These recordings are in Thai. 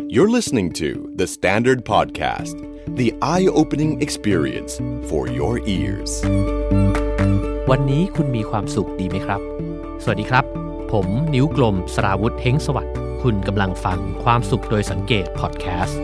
You're listening to The Standard Podcast, the eye-opening experience for your ears. วันนี้คุณมีความสุขดีไหมครับสวัสดีครับผมนิ้วกลมสราวุธเฮงสวัสดิ์คุณกำลังฟังความสุขโดยสังเกตพอดแคสต์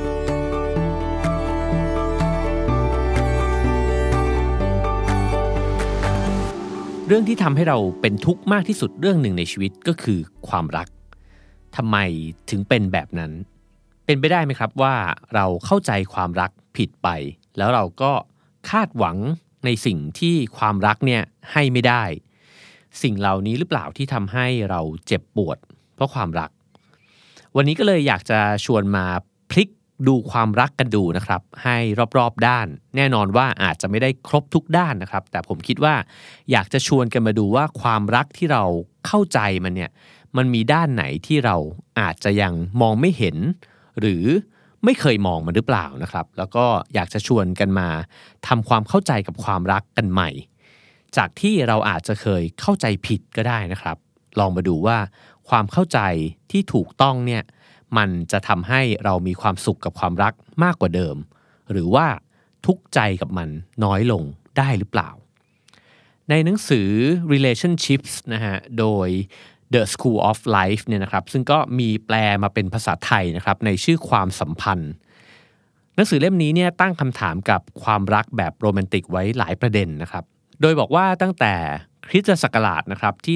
เรื่องที่ทำให้เราเป็นทุกข์มากที่สุดเรื่องหนึ่งในชีวิตก็คือความรักทำไมถึงเป็นแบบนั้นเป็นไปได้ไหมครับว่าเราเข้าใจความรักผิดไปแล้วเราก็คาดหวังในสิ่งที่ความรักเนี่ยให้ไม่ได้สิ่งเหล่านี้หรือเปล่าที่ทำให้เราเจ็บปวดเพราะความรักวันนี้ก็เลยอยากจะชวนมาพลิกดูความรักกันดูนะครับให้รอบๆด้านแน่นอนว่าอาจจะไม่ได้ครบทุกด้านนะครับแต่ผมคิดว่าอยากจะชวนกันมาดูว่าความรักที่เราเข้าใจมันเนี่ยมันมีด้านไหนที่เราอาจจะยังมองไม่เห็นหรือไม่เคยมองมันหรือเปล่านะครับแล้วก็อยากจะชวนกันมาทำความเข้าใจกับความรักกันใหม่จากที่เราอาจจะเคยเข้าใจผิดก็ได้นะครับลองมาดูว่าความเข้าใจที่ถูกต้องเนี่ยมันจะทำให้เรามีความสุขกับความรักมากกว่าเดิมหรือว่าทุกข์ใจกับมันน้อยลงได้หรือเปล่าในหนังสือ Relationships นะฮะโดย The School of Life เนี่ยนะครับซึ่งก็มีแปลมาเป็นภาษาไทยนะครับในชื่อความสัมพันธ์หนังสือเล่มนี้เนี่ยตั้งคำถามกับความรักแบบโรแมนติกไว้หลายประเด็นนะครับโดยบอกว่าตั้งแต่คริสตศักราชนะครับที่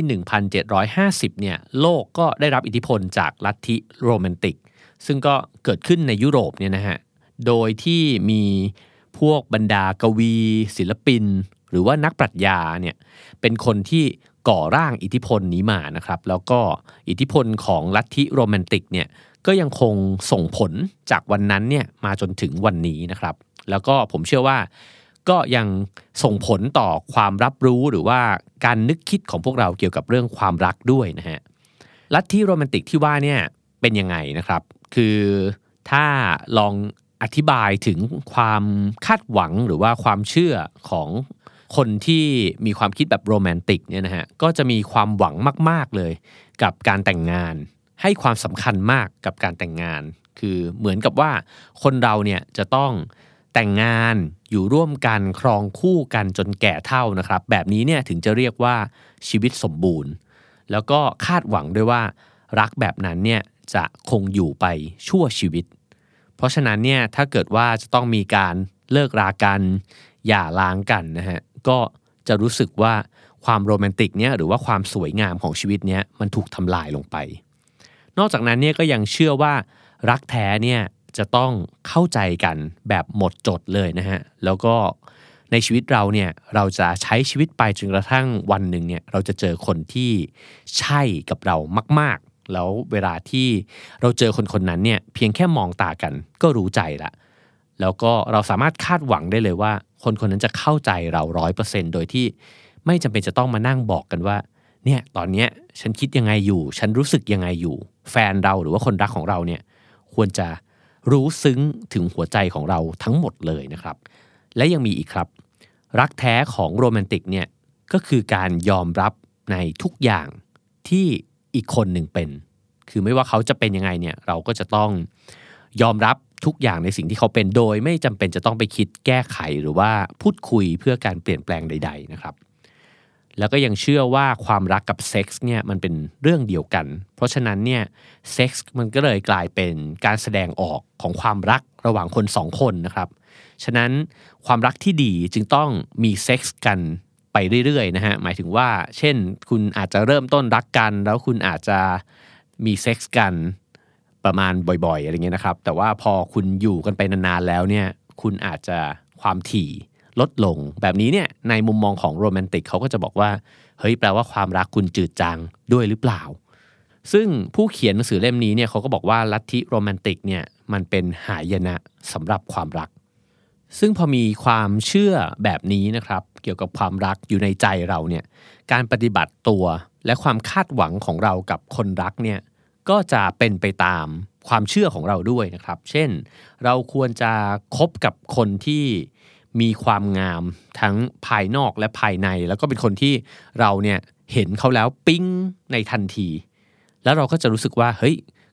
1750 เนี่ยโลกก็ได้รับอิทธิพลจากลัทธิโรแมนติกซึ่งก็เกิดขึ้นในยุโรปเนี่ยนะฮะโดยที่มีพวกบรรดากวีศิลปินหรือว่านักปรัชญาเนี่ยเป็นคนที่ก่อร่างอิทธิพลนี้มานะครับแล้วก็อิทธิพลของลัทธิโรแมนติกเนี่ยก็ยังคงส่งผลจากวันนั้นเนี่ยมาจนถึงวันนี้นะครับแล้วก็ผมเชื่อว่าก็ยังส่งผลต่อความรับรู้หรือว่าการนึกคิดของพวกเราเกี่ยวกับเรื่องความรักด้วยนะฮะลัทธิโรแมนติกที่ว่าเนี่ยเป็นยังไงนะครับคือถ้าลองอธิบายถึงความคาดหวังหรือว่าความเชื่อของคนที่มีความคิดแบบโรแมนติกเนี่ยนะฮะก็จะมีความหวังมากๆเลยกับการแต่งงานให้ความสำคัญมากกับการแต่งงานคือเหมือนกับว่าคนเราเนี่ยจะต้องแต่งงานอยู่ร่วมกันครองคู่กันจนแก่เฒ่านะครับแบบนี้เนี่ยถึงจะเรียกว่าชีวิตสมบูรณ์แล้วก็คาดหวังด้วยว่ารักแบบนั้นเนี่ยจะคงอยู่ไปชั่วชีวิตเพราะฉะนั้นเนี่ยถ้าเกิดว่าจะต้องมีการเลิกรากันหย่าร้างกันนะฮะก็จะรู้สึกว่าความโรแมนติกเนี่ยหรือว่าความสวยงามของชีวิตเนี้ยมันถูกทำลายลงไปนอกจากนั้นเนี่ยก็ยังเชื่อว่ารักแท้เนี่ยจะต้องเข้าใจกันแบบหมดจดเลยนะฮะแล้วก็ในชีวิตเราเนี่ยเราจะใช้ชีวิตไปจนกระทั่งวันหนึ่งเนี่ยเราจะเจอคนที่ใช่กับเรามากๆแล้วเวลาที่เราเจอคนคนนั้นเนี่ยเพียงแค่มองตากันก็รู้ใจละแล้วก็เราสามารถคาดหวังได้เลยว่าคนคนนั้นจะเข้าใจเรา 100% โดยที่ไม่จำเป็นจะต้องมานั่งบอกกันว่าเนี่ยตอนเนี้ยฉันคิดยังไงอยู่ฉันรู้สึกยังไงอยู่แฟนเราหรือว่าคนรักของเราเนี่ยควรจะรู้ซึ้งถึงหัวใจของเราทั้งหมดเลยนะครับและยังมีอีกครับรักแท้ของโรแมนติกเนี่ยก็คือการยอมรับในทุกอย่างที่อีกคนหนึ่งเป็นคือไม่ว่าเขาจะเป็นยังไงเนี่ยเราก็จะต้องยอมรับทุกอย่างในสิ่งที่เขาเป็นโดยไม่จำเป็นจะต้องไปคิดแก้ไขหรือว่าพูดคุยเพื่อการเปลี่ยนแปลงใดๆนะครับแล้วก็ยังเชื่อว่าความรักกับเซ็กส์เนี่ยมันเป็นเรื่องเดียวกันเพราะฉะนั้นเนี่ยเซ็กส์มันก็เลยกลายเป็นการแสดงออกของความรักระหว่างคนสองคนนะครับฉะนั้นความรักที่ดีจึงต้องมีเซ็กส์กันไปเรื่อยๆนะฮะหมายถึงว่าเช่นคุณอาจจะเริ่มต้นรักกันแล้วคุณอาจจะมีเซ็กส์กันประมาณบ่อยๆอะไรเงี้ยนะครับแต่ว่าพอคุณอยู่กันไปนานๆแล้วเนี่ยคุณอาจจะความถี่ลดลงแบบนี้เนี่ยในมุมมองของโรแมนติกเขาก็จะบอกว่าเฮ้ยแปลว่าความรักคุณจืดจางด้วยหรือเปล่าซึ่งผู้เขียนหนังสือเล่มนี้เนี่ยเขาก็บอกว่าลัทธิโรแมนติกเนี่ยมันเป็นหายนะสำหรับความรักซึ่งพอมีความเชื่อแบบนี้นะครับเกี่ยวกับความรักอยู่ในใจเราเนี่ยการปฏิบัติตัวและความคาดหวังของเรากับคนรักเนี่ยก็จะเป็นไปตามความเชื่อของเราด้วยนะครับเช่นเราควรจะคบกับคนที่มีความงามทั้งภายนอกและภายในแล้วก็เป็นคนที่เราเนี่ยเห็นเขาแล้วปิ๊งในทันทีแล้วเราก็จะรู้สึกว่าเฮ้ย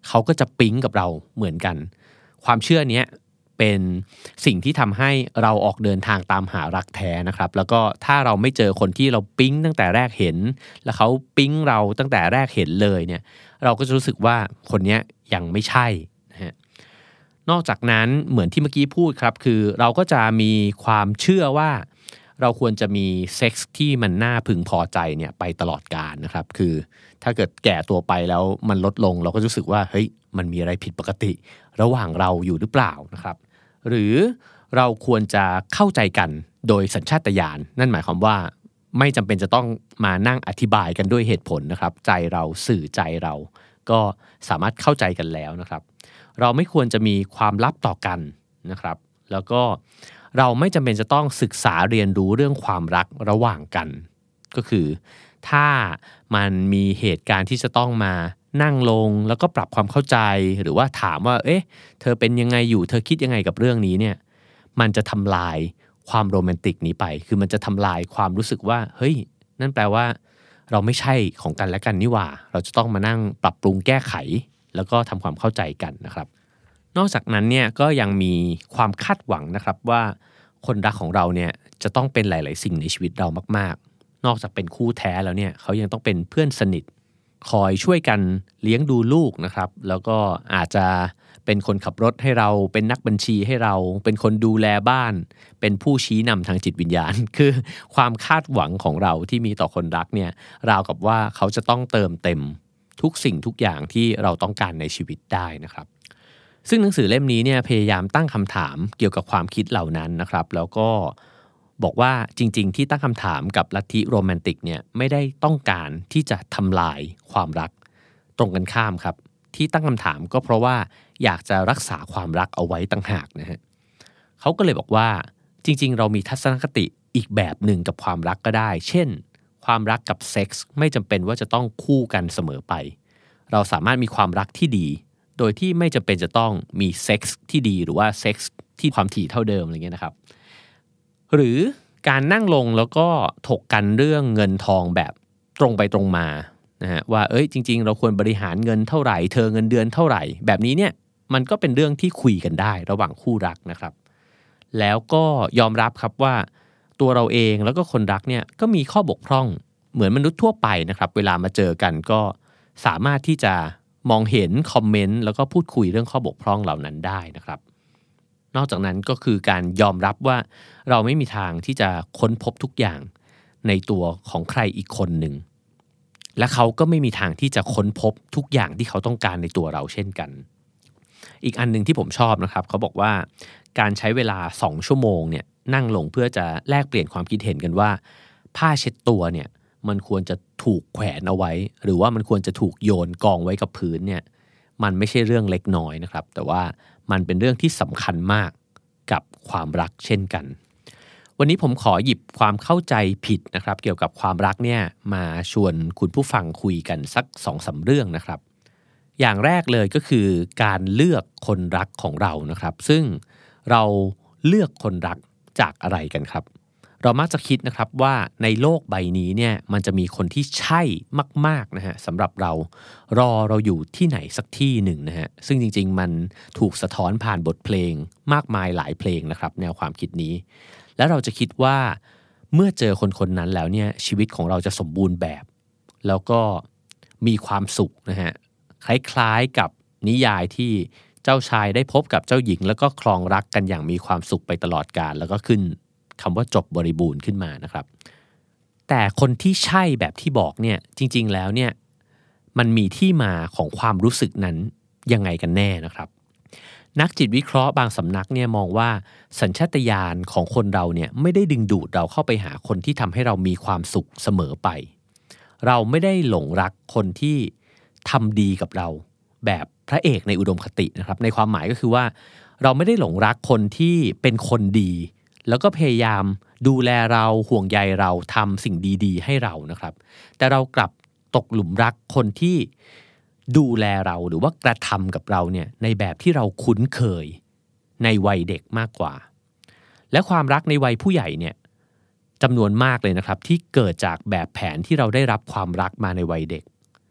เขาก็จะปิ๊งกับเราเหมือนกันความเชื่อเนี้ยเป็นสิ่งที่ทำให้เราออกเดินทางตามหารักแท้นะครับแล้วก็ถ้าเราไม่เจอคนที่เราปิ๊งตั้งแต่แรกเห็นแล้วเขาปิ๊งเราตั้งแต่แรกเห็นเลยเนี่ยเราก็จะรู้สึกว่าคนเนี้ยยังไม่ใช่นะฮะนอกจากนั้นเหมือนที่เมื่อกี้พูดครับคือเราก็จะมีความเชื่อว่าเราควรจะมีเซ็กส์ที่มันน่าพึงพอใจเนี่ยไปตลอดกาลนะครับคือถ้าเกิดแก่ตัวไปแล้วมันลดลงเราก็รู้สึกว่าเฮ้ยมันมีอะไรผิดปกติระหว่างเราอยู่หรือเปล่านะครับหรือเราควรจะเข้าใจกันโดยสัญชาตญาณนั่นหมายความว่าไม่จำเป็นจะต้องมานั่งอธิบายกันด้วยเหตุผลนะครับใจเราสื่อใจเราก็สามารถเข้าใจกันแล้วนะครับเราไม่ควรจะมีความลับต่อกันนะครับแล้วก็เราไม่จำเป็นจะต้องศึกษาเรียนรู้เรื่องความรักระหว่างกันก็คือถ้ามันมีเหตุการณ์ที่จะต้องมานั่งลงแล้วก็ปรับความเข้าใจหรือว่าถามว่าเอ๊ะเธอเป็นยังไงอยู่เธอคิดยังไงกับเรื่องนี้เนี่ยมันจะทำลายความโรแมนติกนี้ไปคือมันจะทำลายความรู้สึกว่าเฮ้ยนั่นแปลว่าเราไม่ใช่ของกันและกันนี่หว่าเราจะต้องมานั่งปรับปรุงแก้ไขแล้วก็ทำความเข้าใจกันนะครับนอกจากนั้นเนี่ยก็ยังมีความคาดหวังนะครับว่าคนรักของเราเนี่ยจะต้องเป็นหลายๆสิ่งในชีวิตเรามากๆนอกจากเป็นคู่แท้แล้วเนี่ยเขายังต้องเป็นเพื่อนสนิทคอยช่วยกันเลี้ยงดูลูกนะครับแล้วก็อาจจะเป็นคนขับรถให้เราเป็นนักบัญชีให้เราเป็นคนดูแลบ้านเป็นผู้ชี้นำทางจิตวิญญาณคือความคาดหวังของเราที่มีต่อคนรักเนี่ยราวกับว่าเขาจะต้องเติมเต็มทุกสิ่งทุกอย่างที่เราต้องการในชีวิตได้นะครับซึ่งหนังสือเล่มนี้เนี่ยพยายามตั้งคำถามเกี่ยวกับความคิดเหล่านั้นนะครับแล้วก็บอกว่าจริงๆที่ตั้งคำถามกับลัทธิโรแมนติกเนี่ยไม่ได้ต้องการที่จะทำลายความรักตรงกันข้ามครับที่ตั้งคำถามก็เพราะว่าอยากจะรักษาความรักเอาไว้ต่างหากนะฮะเขาก็เลยบอกว่าจริงๆเรามีทัศนคติอีกแบบหนึ่งกับความรักก็ได้เช่นความรักกับเซ็กส์ไม่จำเป็นว่าจะต้องคู่กันเสมอไปเราสามารถมีความรักที่ดีโดยที่ไม่จำเป็นจะต้องมีเซ็กส์ที่ดีหรือว่าเซ็กส์ที่ความถี่เท่าเดิมอะไรเงี้ยนะครับหรือการนั่งลงแล้วก็ถกกันเรื่องเงินทองแบบตรงไปตรงมานะฮะว่าจริงๆเราควรบริหารเงินเท่าไหร่เธอเงินเดือนเท่าไหร่แบบนี้เนี่ยมันก็เป็นเรื่องที่คุยกันได้ระหว่างคู่รักนะครับแล้วก็ยอมรับครับว่าตัวเราเองแล้วก็คนรักเนี่ยก็มีข้อบกพร่องเหมือนมนุษย์ทั่วไปนะครับเวลามาเจอกันก็สามารถที่จะมองเห็นคอมเมนต์แล้วก็พูดคุยเรื่องข้อบกพร่องเหล่านั้นได้นะครับนอกจากนั้นก็คือการยอมรับว่าเราไม่มีทางที่จะค้นพบทุกอย่างในตัวของใครอีกคนหนึ่งและเขาก็ไม่มีทางที่จะค้นพบทุกอย่างที่เขาต้องการในตัวเราเช่นกันอีกอันนึงที่ผมชอบนะครับเขาบอกว่าการใช้เวลา2ชั่วโมงเนี่ยนั่งลงเพื่อจะแลกเปลี่ยนความคิดเห็นกันว่าผ้าเช็ดตัวเนี่ยมันควรจะถูกแขวนเอาไว้หรือว่ามันควรจะถูกโยนกองไว้กับพื้นเนี่ยมันไม่ใช่เรื่องเล็กน้อยนะครับแต่ว่ามันเป็นเรื่องที่สำคัญมากกับความรักเช่นกันวันนี้ผมขอหยิบความเข้าใจผิดนะครับเกี่ยวกับความรักเนี่ยมาชวนคุณผู้ฟังคุยกันสัก 2-3 เรื่องนะครับอย่างแรกเลยก็คือการเลือกคนรักของเรานะครับซึ่งเราเลือกคนรักจากอะไรกันครับเรามักจะคิดนะครับว่าในโลกใบนี้เนี่ยมันจะมีคนที่ใช่มากๆนะฮะสำหรับเราเราอยู่ที่ไหนสักที่หนึ่งนะฮะซึ่งจริงๆมันถูกสะท้อนผ่านบทเพลงมากมายหลายเพลงนะครับแนวความคิดนี้แล้วเราจะคิดว่าเมื่อเจอคนๆนั้นแล้วเนี่ยชีวิตของเราจะสมบูรณ์แบบแล้วก็มีความสุขนะฮะคล้ายๆกับนิยายที่เจ้าชายได้พบกับเจ้าหญิงแล้วก็ครองรักกันอย่างมีความสุขไปตลอดกาลแล้วก็ขึ้นคำว่าจบบริบูรณ์ขึ้นมานะครับแต่คนที่ใช่แบบที่บอกเนี่ยจริงๆแล้วเนี่ยมันมีที่มาของความรู้สึกนั้นยังไงกันแน่นะครับนักจิตวิเคราะห์บางสำนักเนี่ยมองว่าสัญชาตญาณของคนเราเนี่ยไม่ได้ดึงดูดเราเข้าไปหาคนที่ทำให้เรามีความสุขเสมอไปเราไม่ได้หลงรักคนที่ทำดีกับเราแบบพระเอกในอุดมคตินะครับในความหมายก็คือว่าเราไม่ได้หลงรักคนที่เป็นคนดีแล้วก็พยายามดูแลเราห่วงใยเราทำสิ่งดีๆให้เรานะครับแต่เรากลับตกหลุมรักคนที่ดูแลเราหรือว่ากระทำกับเราเนี่ยในแบบที่เราคุ้นเคยในวัยเด็กมากกว่าและความรักในวัยผู้ใหญ่เนี่ยจำนวนมากเลยนะครับที่เกิดจากแบบแผนที่เราได้รับความรักมาในวัยเด็ก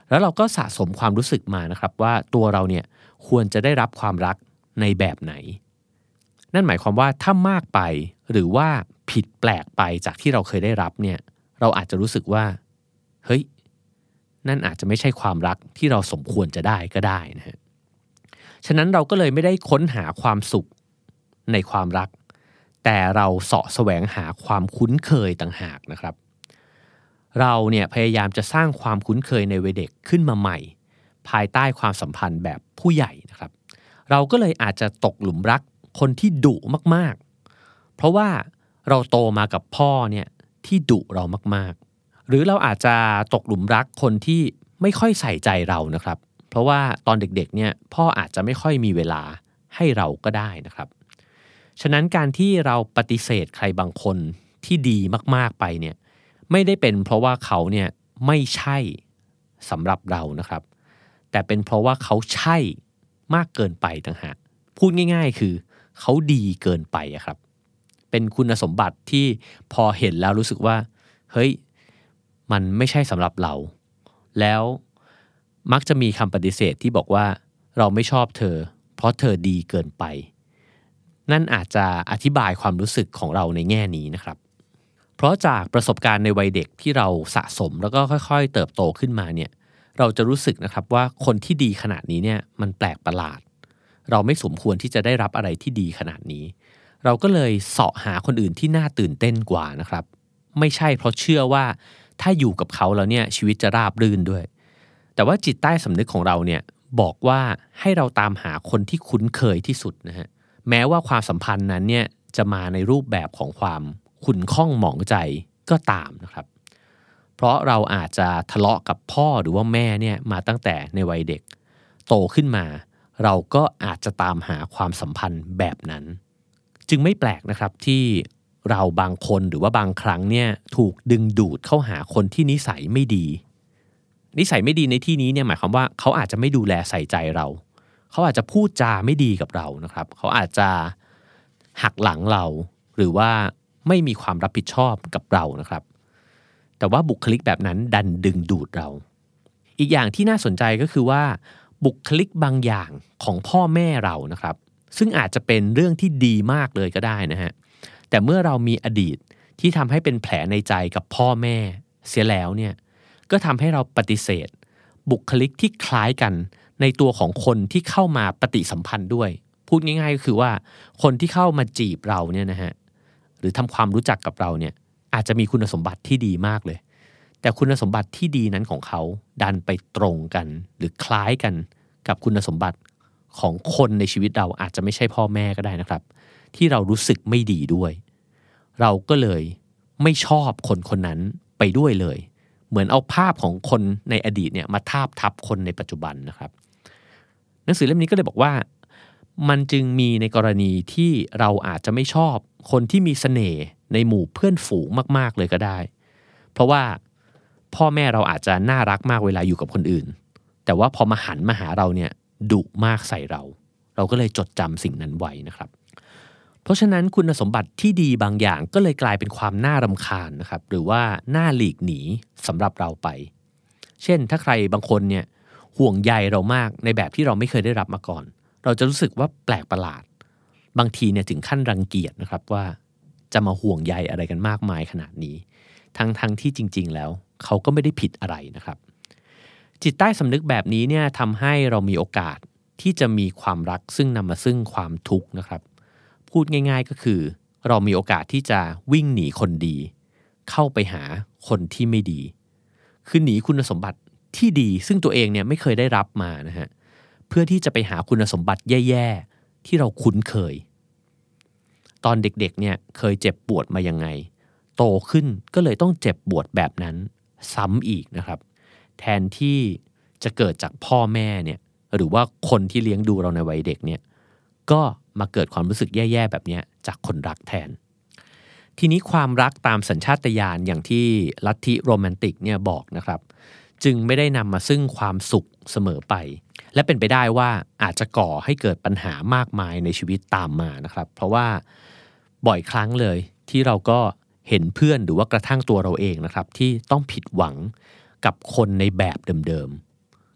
แล้วเราก็สะสมความรู้สึกมานะครับว่าตัวเราเนี่ยควรจะได้รับความรักในแบบไหนนั่นหมายความว่าถ้ามากไปหรือว่าผิดแปลกไปจากที่เราเคยได้รับเนี่ยเราอาจจะรู้สึกว่าเฮ้ยนั่นอาจจะไม่ใช่ความรักที่เราสมควรจะได้ก็ได้นะฮะฉะนั้นเราก็เลยไม่ได้ค้นหาความสุขในความรักแต่เราเสาะแสวงหาความคุ้นเคยต่างหากนะครับเราเนี่ยพยายามจะสร้างความคุ้นเคยในวัยเด็กขึ้นมาใหม่ภายใต้ความสัมพันธ์แบบผู้ใหญ่นะครับเราก็เลยอาจจะตกหลุมรักคนที่ดุมากๆเพราะว่าเราโตมากับพ่อเนี่ยที่ดุเรามากๆหรือเราอาจจะตกหลุมรักคนที่ไม่ค่อยใส่ใจเรานะครับเพราะว่าตอนเด็กๆเนี่ยพ่ออาจจะไม่ค่อยมีเวลาให้เราก็ได้นะครับฉะนั้นการที่เราปฏิเสธใครบางคนที่ดีมากๆไปเนี่ยไม่ได้เป็นเพราะว่าเขาเนี่ยไม่ใช่สำหรับเรานะครับแต่เป็นเพราะว่าเขาใช่มากเกินไปต่างหากพูดง่ายๆคือเขาดีเกินไปอะครับเป็นคุณสมบัติที่พอเห็นแล้วรู้สึกว่าเฮ้ยมันไม่ใช่สำหรับเราแล้วมักจะมีคำปฏิเสธที่บอกว่าเราไม่ชอบเธอเพราะเธอดีเกินไปนั่นอาจจะอธิบายความรู้สึกของเราในแง่นี้นะครับเพราะจากประสบการณ์ในวัยเด็กที่เราสะสมแล้วก็ค่อยๆเติบโตขึ้นมาเนี่ยเราจะรู้สึกนะครับว่าคนที่ดีขนาดนี้เนี่ยมันแปลกประหลาดเราไม่สมควรที่จะได้รับอะไรที่ดีขนาดนี้เราก็เลยเสาะหาคนอื่นที่น่าตื่นเต้นกว่านะครับไม่ใช่เพราะเชื่อว่าถ้าอยู่กับเขาแล้วเนี่ยชีวิตจะราบรื่นด้วยแต่ว่าจิตใต้สำนึกของเราเนี่ยบอกว่าให้เราตามหาคนที่คุ้นเคยที่สุดนะฮะแม้ว่าความสัมพันธ์นั้นเนี่ยจะมาในรูปแบบของความขุ่นข้องหมองใจก็ตามนะครับเพราะเราอาจจะทะเลาะกับพ่อหรือว่าแม่เนี่ยมาตั้งแต่ในวัยเด็กโตขึ้นมาเราก็อาจจะตามหาความสัมพันธ์แบบนั้นจึงไม่แปลกนะครับที่เราบางคนหรือว่าบางครั้งเนี่ยถูกดึงดูดเข้าหาคนที่นิสัยไม่ดีนิสัยไม่ดีในที่นี้เนี่ยหมายความว่าเขาอาจจะไม่ดูแลใส่ใจเราเขาอาจจะพูดจาไม่ดีกับเรานะครับเขาอาจจะหักหลังเราหรือว่าไม่มีความรับผิดชอบกับเรานะครับแต่ว่าบุคลิกแบบนั้นดันดึงดูดเราอีกอย่างที่น่าสนใจก็คือว่าบุคลิกบางอย่างของพ่อแม่เรานะครับซึ่งอาจจะเป็นเรื่องที่ดีมากเลยก็ได้นะฮะแต่เมื่อเรามีอดีตที่ทำให้เป็นแผลในใจกับพ่อแม่เสียแล้วเนี่ยก็ทำให้เราปฏิเสธบุคลิกที่คล้ายกันในตัวของคนที่เข้ามาปฏิสัมพันธ์ด้วยพูดง่ายๆก็คือว่าคนที่เข้ามาจีบเราเนี่ยนะฮะหรือทำความรู้จักกับเราเนี่ยอาจจะมีคุณสมบัติที่ดีมากเลยแต่คุณสมบัติที่ดีนั้นของเขาดันไปตรงกันหรือคล้ายกันกับคุณสมบัติของคนในชีวิตเราอาจจะไม่ใช่พ่อแม่ก็ได้นะครับที่เรารู้สึกไม่ดีด้วยเราก็เลยไม่ชอบคนคนนั้นไปด้วยเลยเหมือนเอาภาพของคนในอดีตเนี่ยมาทาบทับคนในปัจจุบันนะครับหนังสือเล่มนี้ก็เลยบอกว่ามันจึงมีในกรณีที่เราอาจจะไม่ชอบคนที่มีเสน่ห์ในหมู่เพื่อนฝูงมากๆเลยก็ได้เพราะว่าพ่อแม่เราอาจจะน่ารักมากเวลาอยู่กับคนอื่นแต่ว่าพอมาหันมาหาเราเนี่ยดุมากใส่เราก็เลยจดจำสิ่งนั้นไว้นะครับเพราะฉะนั้นคุณสมบัติที่ดีบางอย่างก็เลยกลายเป็นความน่ารำคาญนะครับหรือว่าน่าหลีกหนีสำหรับเราไปเช่นถ้าใครบางคนเนี่ยห่วงใยเรามากในแบบที่เราไม่เคยได้รับมาก่อนเราจะรู้สึกว่าแปลกประหลาดบางทีเนี่ยถึงขั้นรังเกียจนะครับว่าจะมาห่วงใยอะไรกันมากมายขนาดนี้ทั้งที่จริงๆแล้วเขาก็ไม่ได้ผิดอะไรนะครับจิตใต้สำนึกแบบนี้เนี่ยทำให้เรามีโอกาสที่จะมีความรักซึ่งนำมาซึ่งความทุกข์นะครับพูดง่ายๆก็คือเรามีโอกาสที่จะวิ่งหนีคนดีเข้าไปหาคนที่ไม่ดีคือหนีคุณสมบัติที่ดีซึ่งตัวเองเนี่ยไม่เคยได้รับมานะฮะเพื่อที่จะไปหาคุณสมบัติแย่ๆที่เราคุ้นเคยตอนเด็กๆเนี่ยเคยเจ็บปวดมายังไงโตขึ้นก็เลยต้องเจ็บปวดแบบนั้นซ้ำอีกนะครับแทนที่จะเกิดจากพ่อแม่เนี่ยหรือว่าคนที่เลี้ยงดูเราในวัยเด็กเนี่ยก็มาเกิดความรู้สึกแย่ๆแบบนี้จากคนรักแทนทีนี้ความรักตามสัญชาตญาณอย่างที่ลัทธิโรแมนติกเนี่ยบอกนะครับจึงไม่ได้นำมาซึ่งความสุขเสมอไปและเป็นไปได้ว่าอาจจะก่อให้เกิดปัญหามากมายในชีวิตตามมานะครับเพราะว่าบ่อยครั้งเลยที่เราก็เห็นเพื่อนหรือว่ากระทั่งตัวเราเองนะครับที่ต้องผิดหวังกับคนในแบบเดิม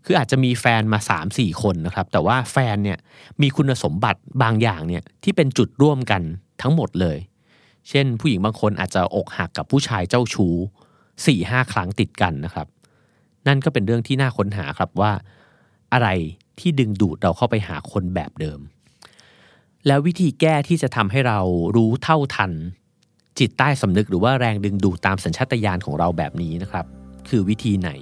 คืออาจจะมีแฟนมา 3-4 คนนะครับแต่ว่าแฟนเนี่ยมีคุณสมบัติบางอย่างเนี่ยที่เป็นจุดร่วมกันทั้งหมดเลยเช่นผู้หญิงบางคนอาจจะอกหักกับผู้ชายเจ้าชู้ 4-5 ครั้งติดกันนะครับนั่นก็เป็นเรื่องที่น่าค้นหาครับว่าอะไรที่ดึงดูดเราเข้าไปหาคนแบบเดิมแล้ววิธีแก้ที่จะทำให้เรารู้เท่าทันจิตใต้สำนึกหรือว่าแรงดึงดูดตามสัญชาตญาณของเราแบบนี้นะครับคือวิธีไหน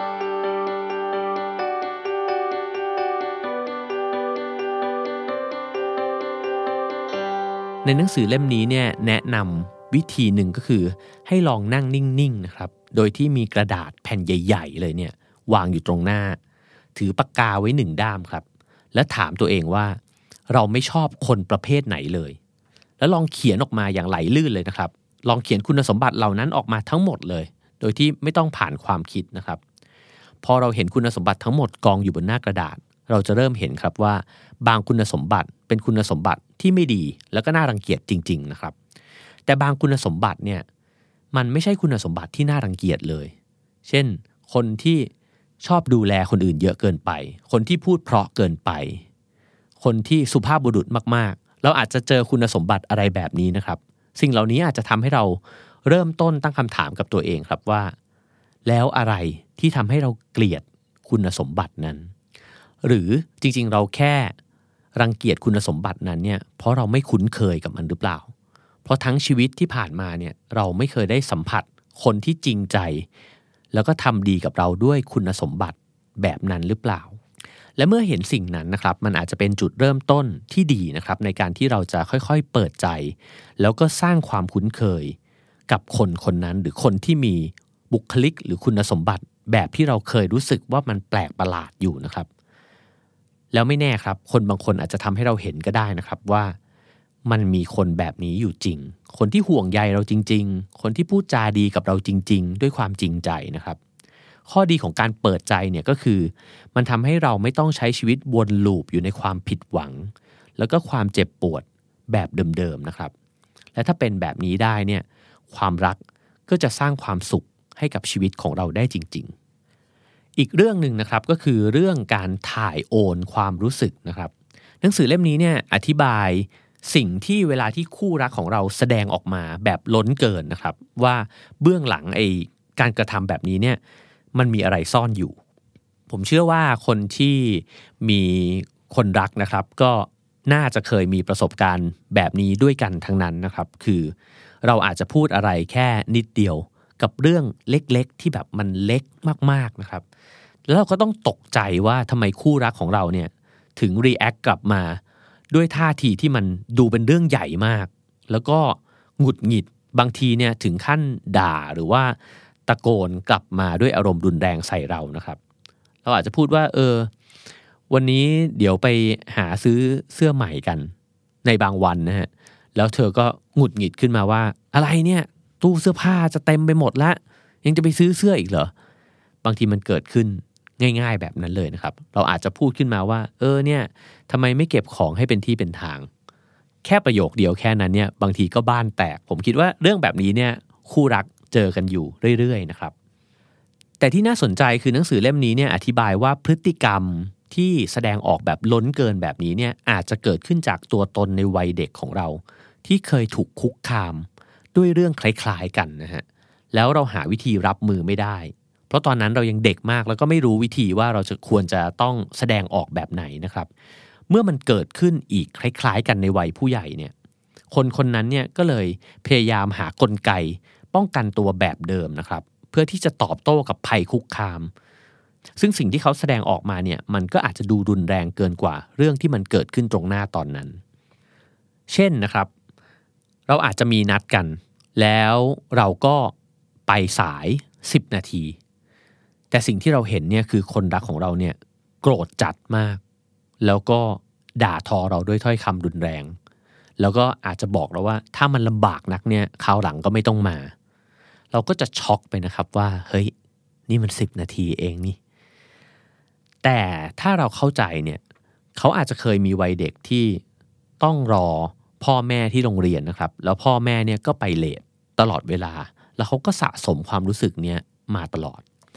ในหนังสือเล่มนี้เนี่ยแนะนำวิธีหนึ่งก็คือให้ลองนั่งนิ่งๆนะครับโดยที่มีกระดาษแผ่นใหญ่ๆเลยเนี่ยวางอยู่ตรงหน้าถือปากกาไว้1 ด้ามครับและถามตัวเองว่าเราไม่ชอบคนประเภทไหนเลยแล้วลองเขียนออกมาอย่างไหลลื่นเลยนะครับลองเขียนคุณสมบัติเหล่านั้นออกมาทั้งหมดเลยโดยที่ไม่ต้องผ่านความคิดนะครับพอเราเห็นคุณสมบัติทั้งหมดกองอยู่บนหน้ากระดาษเราจะเริ่มเห็นครับว่าบางคุณสมบัติเป็นคุณสมบัติที่ไม่ดีแล้วก็น่ารังเกียจจริงๆนะครับแต่บางคุณสมบัติเนี่ยมันไม่ใช่คุณสมบัติที่น่ารังเกียจเลยเช่นคนที่ชอบดูแลคนอื่นเยอะเกินไปคนที่พูดเพราะเกินไปคนที่สุภาพบุรุษมากๆเราอาจจะเจอคุณสมบัติอะไรแบบนี้นะครับสิ่งเหล่านี้อาจจะทำให้เราเริ่มต้นตั้งคำถามกับตัวเองครับว่าแล้วอะไรที่ทำให้เราเกลียดคุณสมบัตินั้นหรือจริงๆเราแค่รังเกียจคุณสมบัตินั้นเนี่ยเพราะเราไม่คุ้นเคยกับมันหรือเปล่าเพราะทั้งชีวิตที่ผ่านมาเนี่ยเราไม่เคยได้สัมผัสคนที่จริงใจแล้วก็ทำดีกับเราด้วยคุณสมบัติแบบนั้นหรือเปล่าและเมื่อเห็นสิ่งนั้นนะครับมันอาจจะเป็นจุดเริ่มต้นที่ดีนะครับในการที่เราจะค่อยๆเปิดใจแล้วก็สร้างความคุ้นเคยกับคนคนนั้นหรือคนที่มีบุคลิกหรือคุณสมบัติแบบที่เราเคยรู้สึกว่ามันแปลกประหลาดอยู่นะครับแล้วไม่แน่ครับคนบางคนอาจจะทำให้เราเห็นก็ได้นะครับว่ามันมีคนแบบนี้อยู่จริงคนที่ห่วงใยเราจริงๆคนที่พูดจาดีกับเราจริงๆด้วยความจริงใจนะครับข้อดีของการเปิดใจเนี่ยก็คือมันทำให้เราไม่ต้องใช้ชีวิตวนลูปอยู่ในความผิดหวังแล้วก็ความเจ็บปวดแบบเดิมๆนะครับและถ้าเป็นแบบนี้ได้เนี่ยความรักก็จะสร้างความสุขให้กับชีวิตของเราได้จริงๆอีกเรื่องหนึ่งนะครับก็คือเรื่องการถ่ายโอนความรู้สึกนะครับหนังสือเล่มนี้เนี่ยอธิบายสิ่งที่เวลาที่คู่รักของเราแสดงออกมาแบบล้นเกินนะครับว่าเบื้องหลังการกระทำแบบนี้เนี่ยมันมีอะไรซ่อนอยู่ผมเชื่อว่าคนที่มีคนรักนะครับก็น่าจะเคยมีประสบการณ์แบบนี้ด้วยกันทั้งนั้นนะครับคือเราอาจจะพูดอะไรแค่นิดเดียวกับเรื่องเล็กๆที่แบบมันเล็กมากๆนะครับแล้วเราก็ต้องตกใจว่าทำไมคู่รักของเราเนี่ยถึงรีแอคกลับมาด้วยท่าทีที่มันดูเป็นเรื่องใหญ่มากแล้วก็หงุดหงิดบางทีเนี่ยถึงขั้นด่าหรือว่าตะโกนกลับมาด้วยอารมณ์รุนแรงใส่เรานะครับเราอาจจะพูดว่าวันนี้เดี๋ยวไปหาซื้อเสื้อใหม่กันในบางวันนะฮะแล้วเธอก็หงุดหงิดขึ้นมาว่าอะไรเนี่ยตู้เสื้อผ้าจะเต็มไปหมดแล้วยังจะไปซื้อเสื้ออีกเหรอบางทีมันเกิดขึ้นง่ายๆแบบนั้นเลยนะครับเราอาจจะพูดขึ้นมาว่าเนี่ยทำไมไม่เก็บของให้เป็นที่เป็นทางแค่ประโยคเดียวแค่นั้นเนี่ยบางทีก็บ้านแตกผมคิดว่าเรื่องแบบนี้เนี่ยคู่รักเจอกันอยู่เรื่อยๆนะครับแต่ที่น่าสนใจคือหนังสือเล่มนี้เนี่ยอธิบายว่าพฤติกรรมที่แสดงออกแบบล้นเกินแบบนี้เนี่ยอาจจะเกิดขึ้นจากตัวตนในวัยเด็กของเราที่เคยถูกคุกคามด้วยเรื่องคล้ายๆกันนะฮะแล้วเราหาวิธีรับมือไม่ได้เพราะตอนนั้นเรายังเด็กมากแล้วก็ไม่รู้วิธีว่าเราจะควรจะต้องแสดงออกแบบไหนนะครับเมื่อมันเกิดขึ้นอีกคล้ายๆกันในวัยผู้ใหญ่เนี่ยคนนั้นเนี่ยก็เลยพยายามหากลไกป้องกันตัวแบบเดิมนะครับเพื่อที่จะตอบโต้กับภัยคุกคามซึ่งสิ่งที่เขาแสดงออกมาเนี่ยมันก็อาจจะดูรุนแรงเกินกว่าเรื่องที่มันเกิดขึ้นตรงหน้าตอนนั้นเช่นนะครับเราอาจจะมีนัดกันแล้วเราก็ไปสาย10 นาทีแต่สิ่งที่เราเห็นเนี่ยคือคนรักของเราเนี่ยโกรธจัดมากแล้วก็ด่าทอเราด้วยถ้อยคำรุนแรงแล้วก็อาจจะบอกเราว่าถ้ามันลำบากนักเนี่ยคราวหลังก็ไม่ต้องมาเราก็จะช็อกไปนะครับว่าเฮ้ยนี่มัน10 นาทีเองนี่แต่ถ้าเราเข้าใจเนี่ยเขาอาจจะเคยมีวัยเด็กที่ต้องรอพ่อแม่ที่โรงเรียนนะครับแล้วพ่อแม่เนี่ยก็ไปเลทตลอดเวลาแล้วเขาก็สะสมความรู้สึกเนี้ยมาตลอด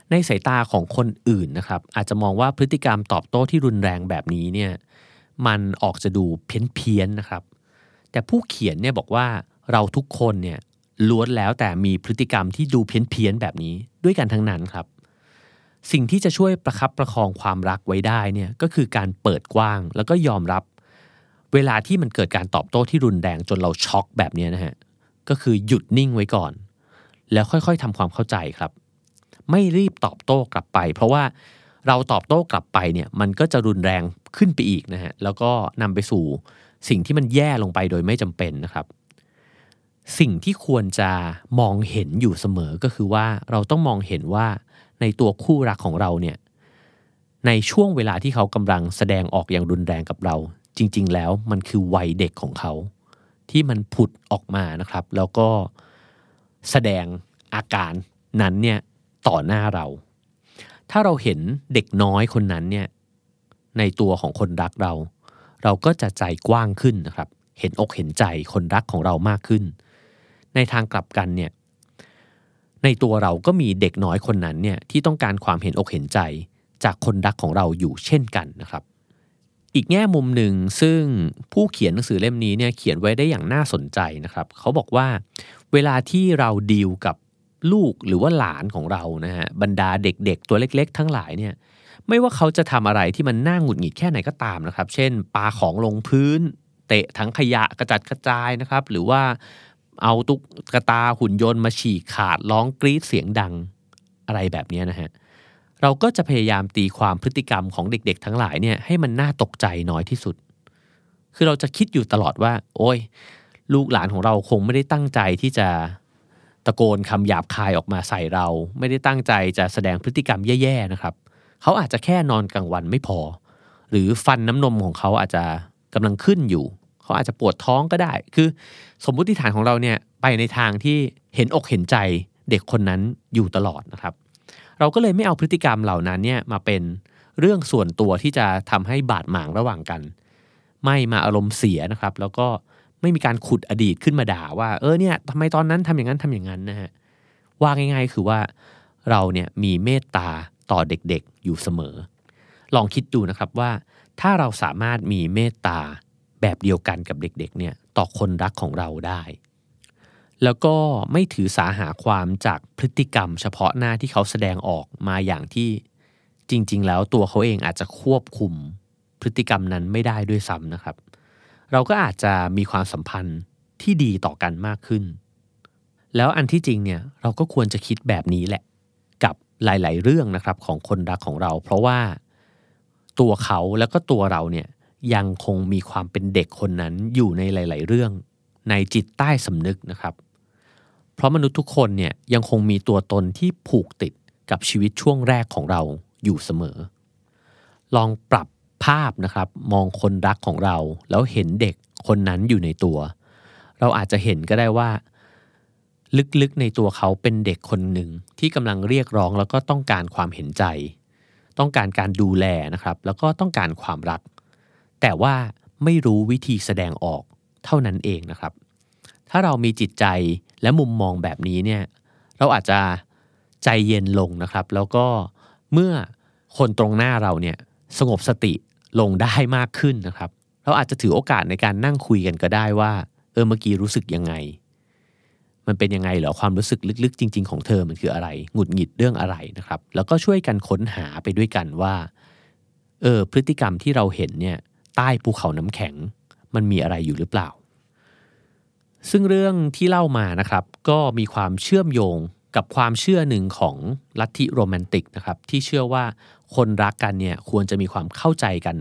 ในสายตาของคนอื่นนะครับอาจจะมองว่าพฤติกรรมตอบโต้ที่รุนแรงแบบนี้เนี่ยมันออกจะดูเพี้ยนๆนะครับแต่ผู้เขียนเนี่ยบอกว่าเราทุกคนเนี่ยล้วนแล้วแต่มีพฤติกรรมที่ดูเพี้ยนๆแบบนี้ด้วยกันทั้งนั้นครับสิ่งที่จะช่วยประคับประคองความรักไว้ได้เนี่ยก็คือการเปิดกว้างแล้วก็ยอมรับเวลาที่มันเกิดการตอบโต้ที่รุนแรงจนเราช็อกแบบนี้นะฮะก็คือหยุดนิ่งไว้ก่อนแล้วค่อยๆทำความเข้าใจครับไม่รีบตอบโต้กลับไปเพราะว่าเราตอบโต้กลับไปเนี่ยมันก็จะรุนแรงขึ้นไปอีกนะฮะแล้วก็นำไปสู่สิ่งที่มันแย่ลงไปโดยไม่จำเป็นนะครับสิ่งที่ควรจะมองเห็นอยู่เสมอก็คือว่าเราต้องมองเห็นว่าในตัวคู่รักของเราเนี่ยในช่วงเวลาที่เขากำลังแสดงออกอย่างรุนแรงกับเราจริงๆแล้วมันคือวัยเด็กของเขาที่มันผุดออกมานะครับแล้วก็แสดงอาการนั้นเนี่ยต่อหน้าเราถ้าเราเห็นเด็กน้อยคนนั้นเนี่ยในตัวของคนรักเราก็จะใจกว้างขึ้นนะครับเห็นอกเห็นใจคนรักของเรามากขึ้นในทางกลับกันเนี่ยในตัวเราก็มีเด็กน้อยคนนั้นเนี่ยที่ต้องการความเห็นอกเห็นใจจากคนรักของเราอยู่เช่นกันนะครับอีกแง่มุมหนึ่งซึ่งผู้เขียนหนังสือเล่มนี้เนี่ยเขียนไว้ได้อย่างน่าสนใจนะครับเขาบอกว่าเวลาที่เราดีลกับลูกหรือว่าหลานของเรานะฮะบรรดาเด็กๆตัวเล็กๆทั้งหลายเนี่ยไม่ว่าเขาจะทำอะไรที่มันน่าหงุดหงิดแค่ไหนก็ตามนะครับเช่นปาของลงพื้นเตะถังขยะกระจัดกระจายนะครับหรือว่าเอาตุ๊กตาหุ่นยนต์มาฉีกขาดร้องกรี๊ดเสียงดังอะไรแบบนี้นะฮะเราก็จะพยายามตีความพฤติกรรมของเด็กๆทั้งหลายเนี่ยให้มันน่าตกใจน้อยที่สุดคือเราจะคิดอยู่ตลอดว่าโอ้ยลูกหลานของเราคงไม่ได้ตั้งใจที่จะตะโกนคำหยาบคายออกมาใส่เราไม่ได้ตั้งใจจะแสดงพฤติกรรมแย่ๆนะครับเขาอาจจะแค่นอนกลางวันไม่พอหรือฟันน้ำนมของเขาอาจจะกำลังขึ้นอยู่เขาอาจจะปวดท้องก็ได้คือสมมุติฐานของเราเนี่ยไปในทางที่เห็นอกเห็นใจเด็กคนนั้นอยู่ตลอดนะครับเราก็เลยไม่เอาพฤติกรรมเหล่านั้นเนี่ยมาเป็นเรื่องส่วนตัวที่จะทำให้บาดหมางระหว่างกันไม่มาอารมณ์เสียนะครับแล้วก็ไม่มีการขุดอดีตขึ้นมาด่าว่าเนี่ยทำไมตอนนั้นทำอย่างนั้นทำอย่างนั้นนะฮะว่าง่ายๆคือว่าเราเนี่ยมีเมตตาต่อเด็กๆอยู่เสมอลองคิดดูนะครับว่าถ้าเราสามารถมีเมตตาแบบเดียวกันกับเด็กๆเนี่ยต่อคนรักของเราได้แล้วก็ไม่ถือสาหาความจากพฤติกรรมเฉพาะหน้าที่เขาแสดงออกมาอย่างที่จริงๆแล้วตัวเขาเองอาจจะควบคุมพฤติกรรมนั้นไม่ได้ด้วยซ้ำนะครับเราก็อาจจะมีความสัมพันธ์ที่ดีต่อกันมากขึ้นแล้วอันที่จริงเนี่ยเราก็ควรจะคิดแบบนี้แหละกับหลายๆเรื่องนะครับของคนรักของเราเพราะว่าตัวเขาแล้วก็ตัวเราเนี่ยยังคงมีความเป็นเด็กคนนั้นอยู่ในหลายๆเรื่องในจิตใต้สำนึกนะครับเพราะมนุษย์ทุกคนเนี่ยยังคงมีตัวตนที่ผูกติดกับชีวิตช่วงแรกของเราอยู่เสมอลองปรับภาพนะครับมองคนรักของเราแล้วเห็นเด็กคนนั้นอยู่ในตัวเราอาจจะเห็นก็ได้ว่าลึกๆในตัวเขาเป็นเด็กคนหนึ่งที่กำลังเรียกร้องแล้วก็ต้องการความเห็นใจต้องการการดูแลนะครับแล้วก็ต้องการความรักแต่ว่าไม่รู้วิธีแสดงออกเท่านั้นเองนะครับถ้าเรามีจิตใจและมุมมองแบบนี้เนี่ยเราอาจจะใจเย็นลงนะครับแล้วก็เมื่อคนตรงหน้าเราเนี่ยสงบสติลงได้มากขึ้นนะครับเราอาจจะถือโอกาสในการนั่งคุยกันก็ได้ว่าเมื่อกี้รู้สึกยังไงมันเป็นยังไงเหรอความรู้สึกลึกๆจริงๆของเธอมันคืออะไรหงุดหงิดเรื่องอะไรนะครับแล้วก็ช่วยกันค้นหาไปด้วยกันว่าพฤติกรรมที่เราเห็นเนี่ยใต้ภูเขาน้ำแข็งมันมีอะไรอยู่หรือเปล่าซึ่งเรื่องที่เล่ามานะครับก็มีความเชื่อมโยงกับความเชื่อหนึ่งของลัทธิโรแมนติกนะครับที่เชื่อว่าคนรักกันเนี่ยควรจะมีความเข้าใจกัน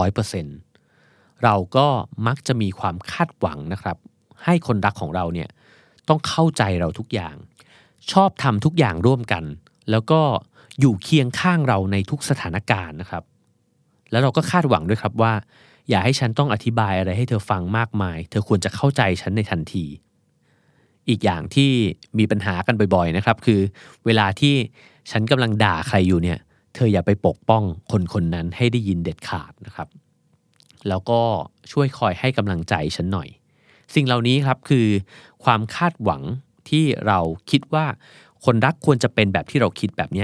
100% เราก็มักจะมีความคาดหวังนะครับให้คนรักของเราเนี่ยต้องเข้าใจเราทุกอย่างชอบทำทุกอย่างร่วมกันแล้วก็อยู่เคียงข้างเราในทุกสถานการณ์นะครับแล้วเราก็คาดหวังด้วยครับว่าอย่าให้ฉันต้องอธิบายอะไรให้เธอฟังมากมายเธอควรจะเข้าใจฉันในทันทีอีกอย่างที่มีปัญหากันบ่อยๆนะครับคือเวลาที่ฉันกำลังด่าใครอยู่เนี่ยเธออย่าไปปกป้องคนนั้นให้ได้ยินเด็ดขาดนะครับแล้วก็ช่วยคอยให้กำลังใจฉันหน่อยสิ่งเหล่านี้ครับคือความคาดหวังที่เราคิดว่าคนรักควรจะเป็นแบบที่เราคิดแบบนี้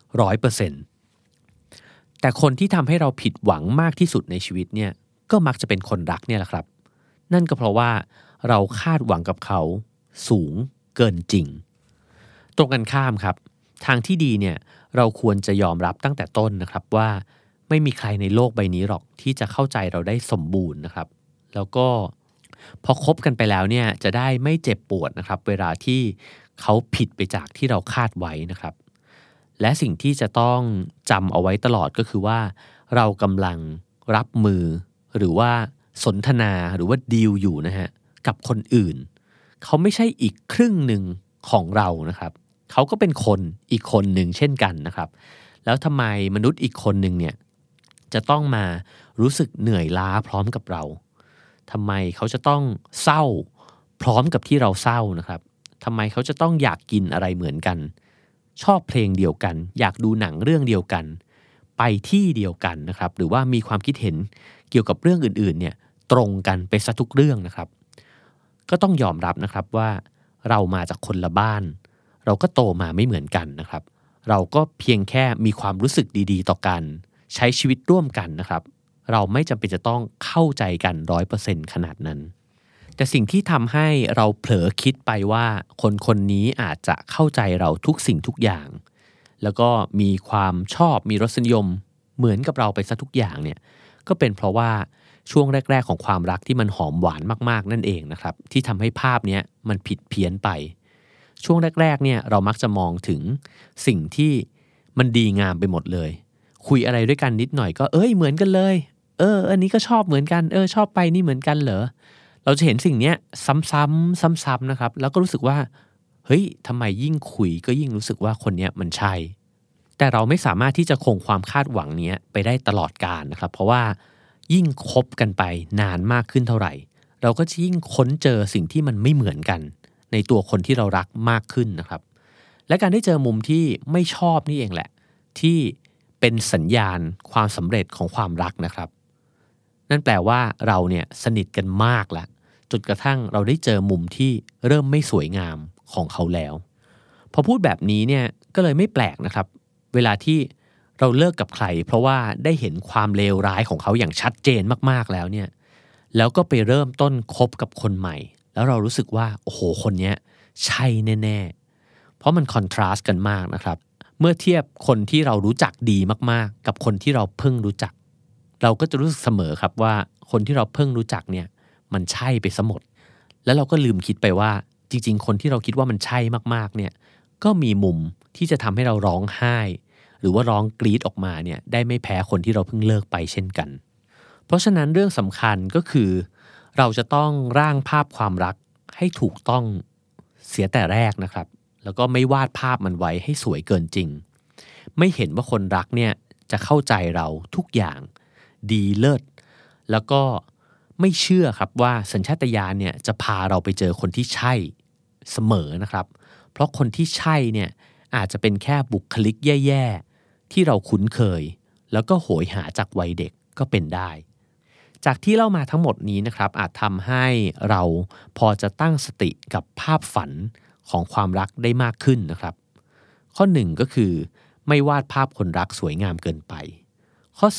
100%แต่คนที่ทำให้เราผิดหวังมากที่สุดในชีวิตเนี่ยก็มักจะเป็นคนรักเนี่ยแหละครับนั่นก็เพราะว่าเราคาดหวังกับเขาสูงเกินจริงตรงกันข้ามครับทางที่ดีเนี่ยเราควรจะยอมรับตั้งแต่ต้นนะครับว่าไม่มีใครในโลกใบนี้หรอกที่จะเข้าใจเราได้สมบูรณ์นะครับแล้วก็พอคบกันไปแล้วเนี่ยจะได้ไม่เจ็บปวดนะครับเวลาที่เขาผิดไปจากที่เราคาดไว้นะครับและสิ่งที่จะต้องจำเอาไว้ตลอดก็คือว่าเรากำลังรับมือหรือว่าสนทนาหรือว่าดีลอยู่นะฮะกับคนอื่นเขาไม่ใช่อีกครึ่งหนึ่งของเรานะครับเขาก็เป็นคนอีกคนหนึ่งเช่นกันนะครับแล้วทำไมมนุษย์อีกคนหนึ่งเนี่ยจะต้องมารู้สึกเหนื่อยล้าพร้อมกับเราทำไมเขาจะต้องเศร้าพร้อมกับที่เราเศร้านะครับทำไมเขาจะต้องอยากกินอะไรเหมือนกันชอบเพลงเดียวกันอยากดูหนังเรื่องเดียวกันไปที่เดียวกันนะครับหรือว่ามีความคิดเห็นเกี่ยวกับเรื่องอื่นๆเนี่ยตรงกันไปซะทุกเรื่องนะครับก็ต้องยอมรับนะครับว่าเรามาจากคนละบ้านเราก็โตมาไม่เหมือนกันนะครับเราก็เพียงแค่มีความรู้สึกดีๆต่อกันใช้ชีวิตร่วมกันนะครับเราไม่จำเป็นจะต้องเข้าใจกัน 100% ขนาดนั้นแต่สิ่งที่ทำให้เราเผลอคิดไปว่าคนคนนี้อาจจะเข้าใจเราทุกสิ่งทุกอย่างแล้วก็มีความชอบมีรสนิยมเหมือนกับเราไปซะทุกอย่างเนี่ยก็เป็นเพราะว่าช่วงแรกๆของความรักที่มันหอมหวานมากๆนั่นเองนะครับที่ทำให้ภาพนี้มันผิดเพี้ยนไปช่วงแรกๆเนี่ยเรามักจะมองถึงสิ่งที่มันดีงามไปหมดเลยคุยอะไรด้วยกันนิดหน่อยก็เหมือนกันเลยอันนี้ก็ชอบเหมือนกันชอบไปนี่เหมือนกันเหรอเราจะเห็นสิ่งนี้ซ้ำๆนะครับแล้วก็รู้สึกว่าเฮ้ยทำไมยิ่งคุยก็ยิ่งรู้สึกว่าคนนี้มันใช่แต่เราไม่สามารถที่จะคงความคาดหวังนี้ไปได้ตลอดกาลนะครับเพราะว่ายิ่งคบกันไปนานมากขึ้นเท่าไหร่เราก็จะยิ่งค้นเจอสิ่งที่มันไม่เหมือนกันในตัวคนที่เรารักมากขึ้นนะครับและการได้เจอมุมที่ไม่ชอบนี่เองแหละที่เป็นสัญญาณความสำเร็จของความรักนะครับนั่นแปลว่าเราเนี่ยสนิทกันมากแล้วจนกระทั่งเราได้เจอมุมที่เริ่มไม่สวยงามของเขาแล้วพอพูดแบบนี้เนี่ยก็เลยไม่แปลกนะครับเวลาที่เราเลิกกับใครเพราะว่าได้เห็นความเลวร้ายของเขาอย่างชัดเจนมากๆแล้วเนี่ยแล้วก็ไปเริ่มต้นคบกับคนใหม่แล้วเรารู้สึกว่าโอ้โหคนนี้ใช่แน่ๆเพราะมันคอนทราสต์กันมากนะครับเมื่อเทียบคนที่เรารู้จักดีมากๆกับคนที่เราเพิ่งรู้จักเราก็จะรู้สึกเสมอครับว่าคนที่เราเพิ่งรู้จักเนี่ยมันใช่ไปซะหมดแล้วเราก็ลืมคิดไปว่าจริงๆคนที่เราคิดว่ามันใช่มากๆเนี่ยก็มีมุมที่จะทำให้เราร้องไห้หรือว่าร้องกรี๊ดออกมาเนี่ยได้ไม่แพ้คนที่เราเพิ่งเลิกไปเช่นกันเพราะฉะนั้นเรื่องสำคัญก็คือเราจะต้องร่างภาพความรักให้ถูกต้องเสียแต่แรกนะครับแล้วก็ไม่วาดภาพมันไว้ให้สวยเกินจริงไม่เห็นว่าคนรักเนี่ยจะเข้าใจเราทุกอย่างดีเลิศแล้วก็ไม่เชื่อครับว่าสัญชาตญาณเนี่ยจะพาเราไปเจอคนที่ใช่เสมอนะครับเพราะคนที่ใช่เนี่ยอาจจะเป็นแค่บุคลิกแย่ๆที่เราคุ้นเคยแล้วก็โหยหาจากวัยเด็กก็เป็นได้จากที่เล่ามาทั้งหมดนี้นะครับอาจทำให้เราพอจะตั้งสติกับภาพฝันของความรักได้มากขึ้นนะครับข้อ1ก็คือไม่วาดภาพคนรักสวยงามเกินไปข้อ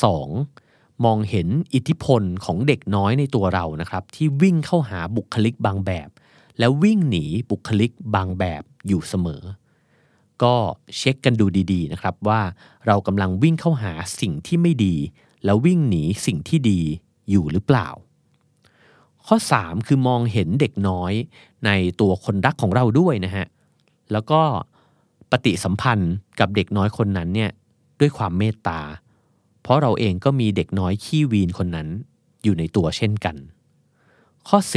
2มองเห็นอิทธิพลของเด็กน้อยในตัวเรานะครับที่วิ่งเข้าหาบุคลิกบางแบบแล้ววิ่งหนีบุคลิกบางแบบอยู่เสมอก็เช็คกันดูดีๆนะครับว่าเรากำลังวิ่งเข้าหาสิ่งที่ไม่ดีแล้ววิ่งหนีสิ่งที่ดีอยู่หรือเปล่าข้อ3คือมองเห็นเด็กน้อยในตัวคนรักของเราด้วยนะฮะแล้วก็ปฏิสัมพันธ์กับเด็กน้อยคนนั้นเนี่ยด้วยความเมตตาเพราะเราเองก็มีเด็กน้อยขี้วีนคนนั้นอยู่ในตัวเช่นกันข้อ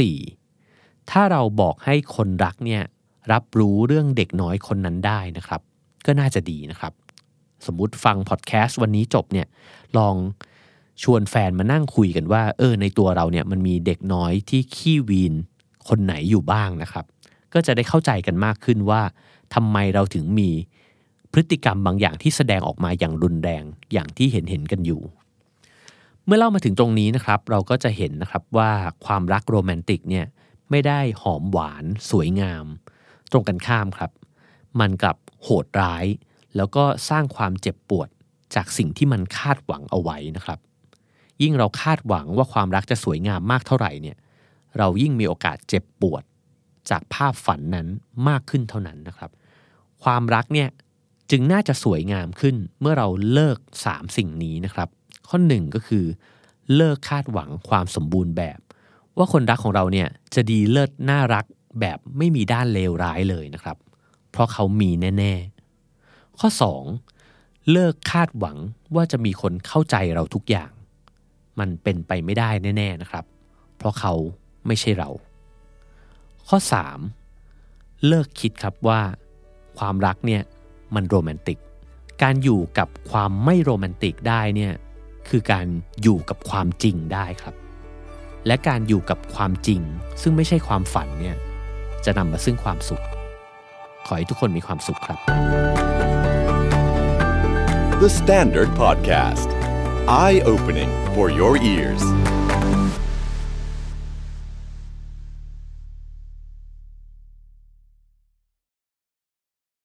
4ถ้าเราบอกให้คนรักเนี่ยรับรู้เรื่องเด็กน้อยคนนั้นได้นะครับก็น่าจะดีนะครับสมมุติฟังพอดแคสต์วันนี้จบเนี่ยลองชวนแฟนมานั่งคุยกันว่าในตัวเราเนี่ยมันมีเด็กน้อยที่ขี้วีนคนไหนอยู่บ้างนะครับก็จะได้เข้าใจกันมากขึ้นว่าทำไมเราถึงมีพฤติกรรมบางอย่างที่แสดงออกมาอย่างรุนแรงอย่างที่เห็นกันอยู่เมื่อเล่ามาถึงตรงนี้นะครับเราก็จะเห็นนะครับว่าความรักโรแมนติกเนี่ยไม่ได้หอมหวานสวยงามตรงกันข้ามครับมันกลับโหดร้ายแล้วก็สร้างความเจ็บปวดจากสิ่งที่มันคาดหวังเอาไว้นะครับยิ่งเราคาดหวังว่าความรักจะสวยงามมากเท่าไหร่เนี่ยเรายิ่งมีโอกาสเจ็บปวดจากภาพฝันนั้นมากขึ้นเท่านั้นนะครับความรักเนี่ยจึงน่าจะสวยงามขึ้นเมื่อเราเลิก3สิ่งนี้นะครับข้อ1ก็คือเลิกคาดหวังความสมบูรณ์แบบว่าคนรักของเราเนี่ยจะดีเลิศน่ารักแบบไม่มีด้านเลวร้ายเลยนะครับเพราะเขามีแน่ๆข้อ2เลิกคาดหวังว่าจะมีคนเข้าใจเราทุกอย่างมันเป็นไปไม่ได้แน่ๆนะครับเพราะเขาไม่ใช่เราข้อ3เลิกคิดครับว่าความรักเนี่ยมันโรแมนติกการอยู่กับความไม่โรแมนติกได้เนี่ยคือการอยู่กับความจริงได้ครับและการอยู่กับความจริงซึ่งไม่ใช่ความฝันเนี่ยจะนำมาซึ่งความสุขขอให้ทุกคนมีความสุขครับ The Standard Podcast Eye Opening for Your Ears